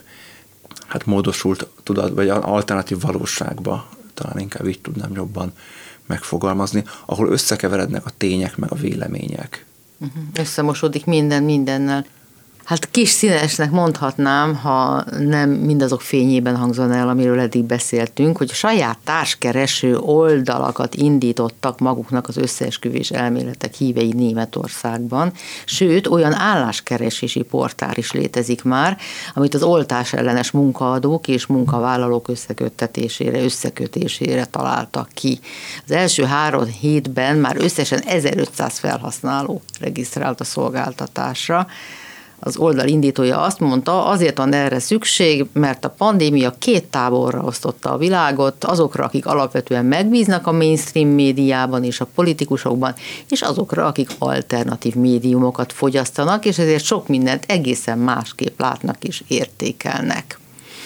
hát módosult tudat, vagy alternatív valóságba, talán inkább így tudnám jobban megfogalmazni, ahol összekeverednek a tények meg a vélemények. Összemosodik minden mindennel. Hát kis színesnek mondhatnám, ha nem mindazok fényében hangzana el, amiről eddig beszéltünk, hogy saját társkereső oldalakat indítottak maguknak az összeesküvés elméletek hívei Németországban, sőt, olyan álláskeresési portál is létezik már, amit az oltás ellenes munkaadók és munkavállalók összeköttetésére, összekötésére találtak ki. Az első három hétben már összesen ezerötszáz felhasználó regisztrált a szolgáltatásra. Az oldal indítója azt mondta, azért van erre szükség, mert a pandémia két táborra osztotta a világot, azokra, akik alapvetően megbíznak a mainstream médiában és a politikusokban, és azokra, akik alternatív médiumokat fogyasztanak, és ezért sok mindent egészen másképp látnak és értékelnek.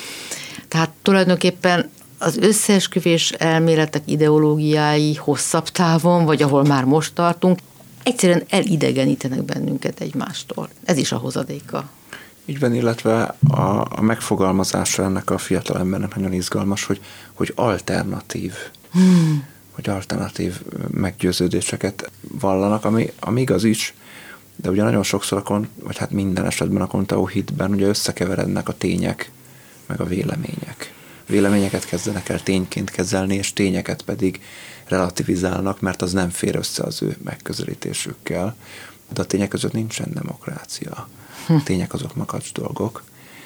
Tehát tulajdonképpen az összeesküvés elméletek ideológiái hosszabb távon, vagy ahol már most tartunk, egyszerűen elidegenítenek bennünket egymástól. Ez is a hozadéka. Így van, illetve a, a megfogalmazása ennek a fiatal embernek nagyon izgalmas, hogy, hogy alternatív. Hmm. hogy alternatív meggyőződéseket vallanak, ami, ami igaz is, de ugye nagyon sokszor, a kont, vagy hát minden esetben a kontaó hitben ugye összekeverednek a tények, meg a vélemények. Véleményeket kezdenek el tényként kezelni, és tényeket pedig relativizálnak, mert az nem fér össze az ő megközelítésükkel. De a tények között nincsen demokrácia. A tények azok makacs dolgok.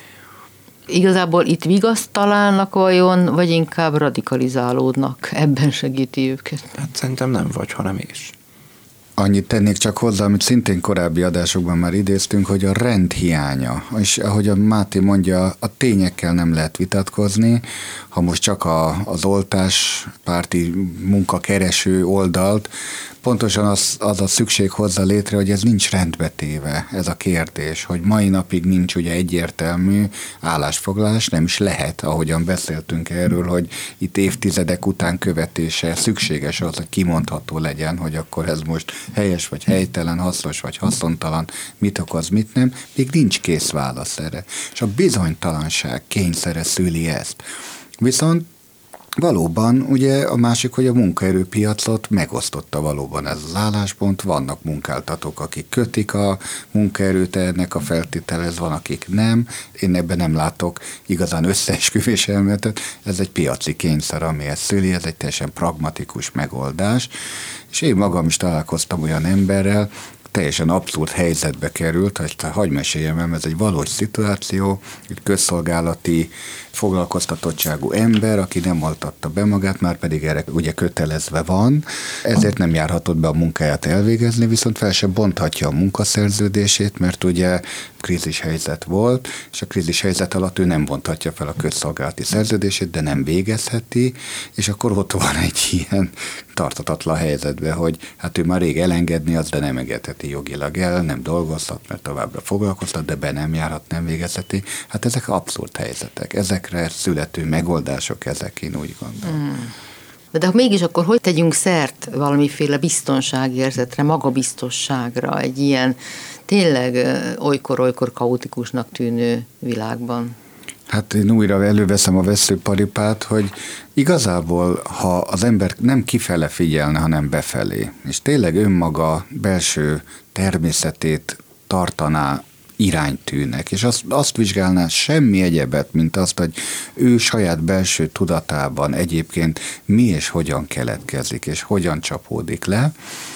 Igazából itt vigaszt találnak vajon, vagy inkább radikalizálódnak? Ebben segíti őket? Hát szerintem nem vagy, hanem és. Annyit tennék csak hozzá, amit szintén korábbi adásokban már idéztünk, hogy a rend hiánya, és ahogy a Máté mondja, a tényekkel nem lehet vitatkozni, ha most csak a, az oltáspárti munkakereső oldalt, pontosan az, az a szükség hozza létre, hogy ez nincs rendbe téve, ez a kérdés, hogy mai napig nincs ugye egyértelmű állásfoglalás, nem is lehet, ahogyan beszéltünk erről, hogy itt évtizedek után követése szükséges az, hogy kimondható legyen, hogy akkor ez most helyes vagy helytelen, hasznos vagy haszontalan, mit okoz, mit nem, még nincs kész válasz erre. És a bizonytalanság kényszere szüli ezt. Viszont valóban, ugye a másik, hogy a munkaerőpiacot megosztotta valóban ez az álláspont, vannak munkáltatók, akik kötik a munkaerőt ennek a feltételez, van, akik nem, én ebben nem látok igazán összeesküvés elméletet, ez egy piaci kényszer, ami ezt szüli, ez egy teljesen pragmatikus megoldás, és én magam is találkoztam olyan emberrel, teljesen abszurd helyzetbe került, hogy hagyj meséljem el, ez egy valós szituáció, egy közszolgálati foglalkoztatottságú ember, aki nem oltatta be magát, már pedig erre ugye kötelezve van, ezért nem járhatott be a munkáját elvégezni, viszont fel sem bonthatja a munkaszerződését, mert ugye krízis helyzet volt, és a krízis helyzet alatt ő nem bonthatja fel a közszolgálati szerződését, de nem végezheti, és akkor ott van egy ilyen tartatatlan helyzetben, hogy hát ő már rég elengedni, az de nem engedheti jogilag el, nem dolgozhat, mert továbbra foglalkoztat, de be nem járhat, nem végezheti. Hát ezek abszurd helyzetek, ezekre születő megoldások ezek, én úgy gondolom. Hmm. De mégis akkor hogy tegyünk szert valamiféle biztonságérzetre, magabiztosságra egy ilyen tényleg olykor-olykor kaotikusnak tűnő világban? Hát én újra előveszem a veszőparipát, hogy igazából, ha az ember nem kifele figyelne, hanem befelé, és tényleg önmaga belső természetét tartaná iránytűnek, és azt, azt vizsgálná semmi egyebet, mint azt, hogy ő saját belső tudatában egyébként mi és hogyan keletkezik, és hogyan csapódik le,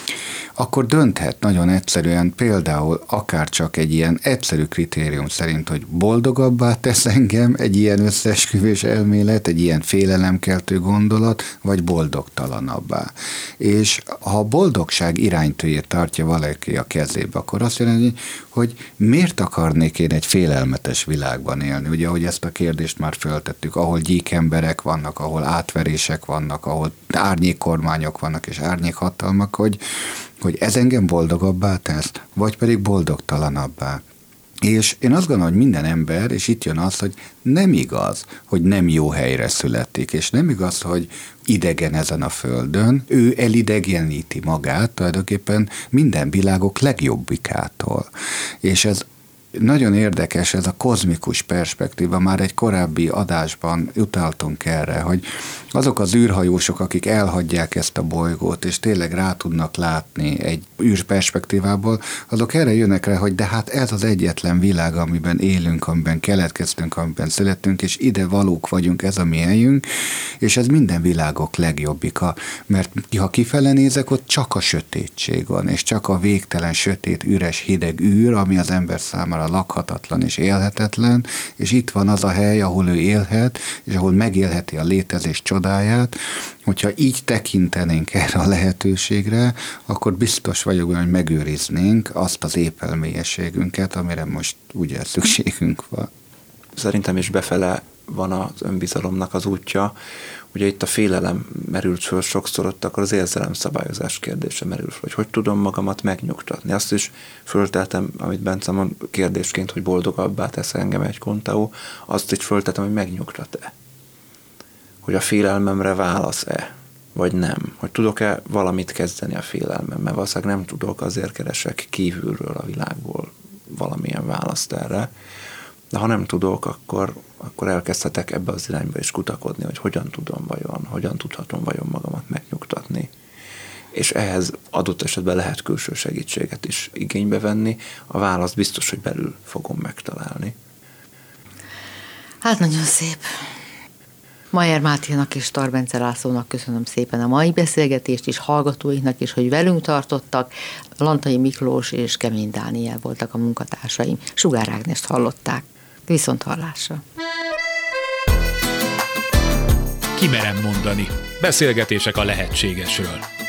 akkor dönthet nagyon egyszerűen, például akár csak egy ilyen egyszerű kritérium szerint, hogy boldogabbá tesz engem egy ilyen összeesküvés elmélet, egy ilyen félelemkeltő gondolat, vagy boldogtalanabbá. És ha a boldogság iránytűjét tartja valaki a kezébe, akkor azt jelenti, hogy miért akarnék én egy félelmetes világban élni? Ugye, ahogy ezt a kérdést már föltettük, ahol gyíkemberek vannak, ahol átverések vannak, ahol árnyékkormányok vannak és árnyékhatalmak, hogy hogy ez engem boldogabbá tesz, vagy pedig boldogtalanabbá. És én azt gondolom, hogy minden ember, és itt jön az, hogy nem igaz, hogy nem jó helyre születik, és nem igaz, hogy idegen ezen a földön, ő elidegeníti magát tulajdonképpen minden világok legjobbikától. És ez nagyon érdekes, ez a kozmikus perspektíva, már egy korábbi adásban utaltunk erre, hogy azok az űrhajósok, akik elhagyják ezt a bolygót, és tényleg rá tudnak látni egy űrperspektívából, azok erre jönnek rá, hogy de hát ez az egyetlen világ, amiben élünk, amiben keletkeztünk, amiben születtünk, és ide valók vagyunk, ez a mi helyünk, és ez minden világok legjobbika, mert ha kifele nézek, ott csak a sötétség van, és csak a végtelen, sötét, üres, hideg űr, ami az ember számára lakhatatlan és élhetetlen, és itt van az a hely, ahol ő élhet, és ahol megélheti a létezés csodáját. Hogyha így tekintenénk erre a lehetőségre, akkor biztos vagyok, hogy megőriznénk azt az épelmélyességünket, amire most ugye szükségünk van. Szerintem is befele van az önbizalomnak az útja. Ugye itt a félelem merült föl sokszor, ott akkor az érzelemszabályozás kérdése merül föl, hogy hogy tudom magamat megnyugtatni. Azt is fölteltem, amit Bence mond kérdésként, hogy boldogabbá tesz engem egy kontaó, azt is fölteltem, hogy megnyugtat-e. Hogy a félelmemre válasz-e, vagy nem. Hogy tudok-e valamit kezdeni a félelmemmel. Valószínűleg nem tudok, azért keresek kívülről a világból valamilyen választ erre. De ha nem tudok, akkor, akkor elkezdhetek ebbe az irányba is kutakodni, hogy hogyan tudom vajon, hogyan tudhatom vajon magamat megnyugtatni. És ehhez adott esetben lehet külső segítséget is igénybe venni. A választ biztos, hogy belül fogom megtalálni. Hát nagyon szép. Mayer Máténak és Tar Bence Lászlónak köszönöm szépen a mai beszélgetést, és hallgatóinknak is, hogy velünk tartottak. Lantai Miklós és Kemény Dániel voltak a munkatársaim. Sugár Ágnest hallották. Viszont hallásra. Kimerem mondani. Beszélgetések a lehetségesről.